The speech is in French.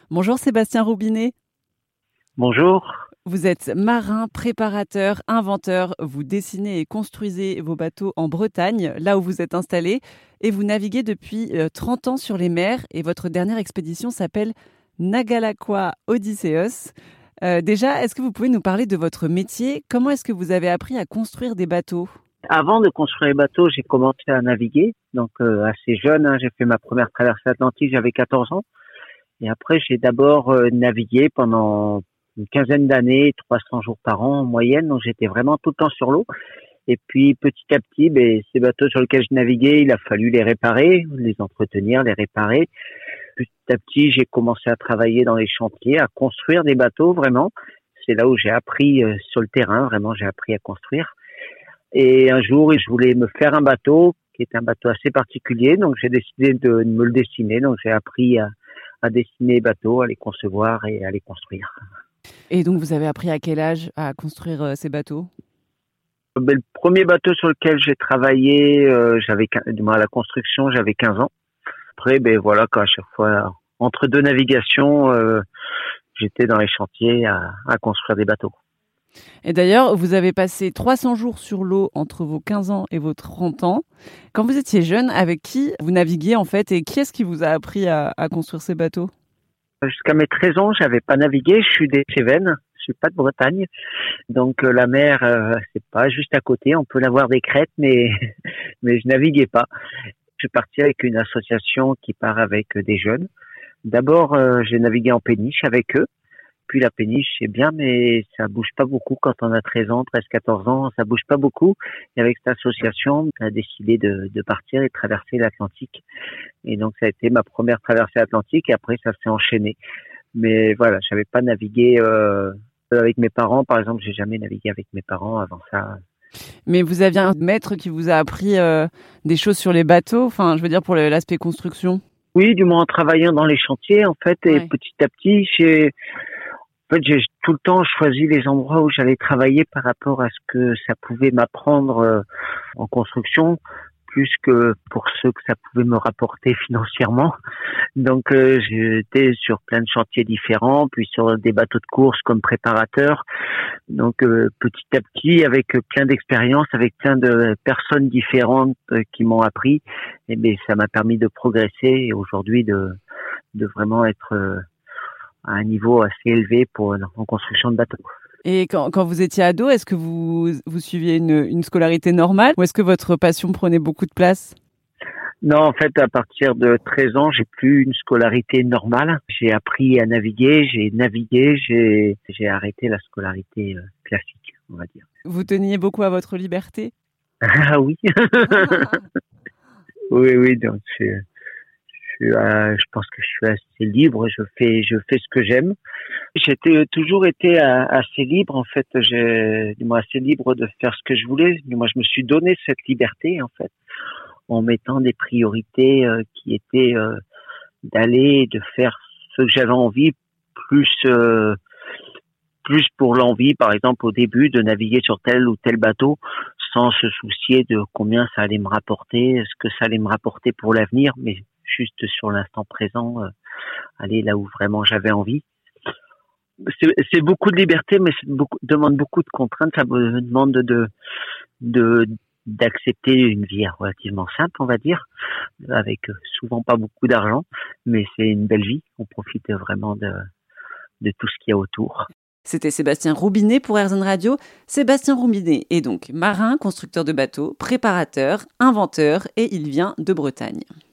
Bonjour Sébastien Roubinet. Bonjour. Vous êtes marin, préparateur, inventeur. Vous dessinez et construisez vos bateaux en Bretagne, là où vous êtes installé. Et vous naviguez depuis 30 ans sur les mers. Et votre dernière expédition s'appelle Nagalaqua Odysseus. Déjà, est-ce que vous pouvez nous parler de votre métier? Comment est-ce que vous avez appris à construire des bateaux? Avant de construire les bateaux, j'ai commencé à naviguer, donc assez jeune. J'ai fait ma première traversée atlantique, j'avais 14 ans. Et après, j'ai d'abord navigué pendant une quinzaine d'années, 300 jours par an en moyenne. Donc j'étais vraiment tout le temps sur l'eau. Et puis petit à petit, ces bateaux sur lesquels je naviguais, il a fallu les réparer, les entretenir, les réparer. Petit à petit, j'ai commencé à travailler dans les chantiers, à construire des bateaux vraiment. C'est là où j'ai appris sur le terrain, vraiment j'ai appris à construire. Et un jour, je voulais me faire un bateau qui est un bateau assez particulier, donc j'ai décidé de me le dessiner. Donc j'ai appris à dessiner les bateaux, à les concevoir et à les construire. Et donc, vous avez appris à quel âge à construire ces bateaux? Le premier bateau sur lequel j'ai travaillé, à la construction, j'avais 15 ans. Après, voilà, à chaque fois, entre deux navigations, j'étais dans les chantiers à construire des bateaux. Et d'ailleurs, vous avez passé 300 jours sur l'eau entre vos 15 ans et vos 30 ans. Quand vous étiez jeune, avec qui vous naviguiez en fait et qui est-ce qui vous a appris à construire ces bateaux? Jusqu'à mes 13 ans, j'avais pas navigué. Je suis des Cévennes, je suis pas de Bretagne. Donc la mer, c'est pas juste à côté. On peut l'avoir des crêtes, mais mais je naviguais pas. Je suis parti avec une association qui part avec des jeunes. D'abord, j'ai navigué en péniche avec eux. Puis la péniche, c'est bien, mais ça bouge pas beaucoup quand on a 13 ans, 13, 14 ans, ça bouge pas beaucoup. Et avec cette association, on a décidé de partir et de traverser l'Atlantique. Et donc, ça a été ma première traversée atlantique et après, ça s'est enchaîné. Mais voilà, j'avais pas navigué avec mes parents. Par exemple, j'ai jamais navigué avec mes parents avant ça. Mais vous aviez un maître qui vous a appris des choses sur les bateaux, enfin, je veux dire pour l'aspect construction? Oui, du moins en travaillant dans les chantiers, en fait, et Ouais. petit à petit, j'ai tout le temps choisi les endroits où j'allais travailler par rapport à ce que ça pouvait m'apprendre en construction, plus que pour ce que ça pouvait me rapporter financièrement. Donc j'étais sur plein de chantiers différents, puis sur des bateaux de course comme préparateur. Donc petit à petit, avec plein d'expériences, avec plein de personnes différentes qui m'ont appris, ça m'a permis de progresser et aujourd'hui de vraiment être à un niveau assez élevé en construction de bateaux. Et quand vous étiez ado, est-ce que vous suiviez une scolarité normale ou est-ce que votre passion prenait beaucoup de place? Non, en fait, à partir de 13 ans, j'ai plus une scolarité normale. J'ai appris à naviguer, j'ai navigué, j'ai arrêté la scolarité classique, on va dire. Vous teniez beaucoup à votre liberté? Ah oui. Oui, oui, donc je pense que je suis assez libre, je fais ce que j'aime. Toujours été assez libre, en fait, assez libre de faire ce que je voulais. Moi, je me suis donné cette liberté, en fait, en mettant des priorités qui étaient d'aller et de faire ce que j'avais envie, plus plus pour l'envie, par exemple, au début, de naviguer sur tel ou tel bateau, sans se soucier de combien ça allait me rapporter, ce que ça allait me rapporter pour l'avenir, mais juste sur l'instant présent, aller là où vraiment j'avais envie. C'est beaucoup de liberté, mais demande beaucoup de contraintes. Ça me demande de d'accepter une vie relativement simple, on va dire, avec souvent pas beaucoup d'argent, mais c'est une belle vie. On profite vraiment de tout ce qu'il y a autour. C'était Sébastien Roubinet pour RZN Radio. Sébastien Roubinet est donc marin, constructeur de bateaux, préparateur, inventeur et il vient de Bretagne.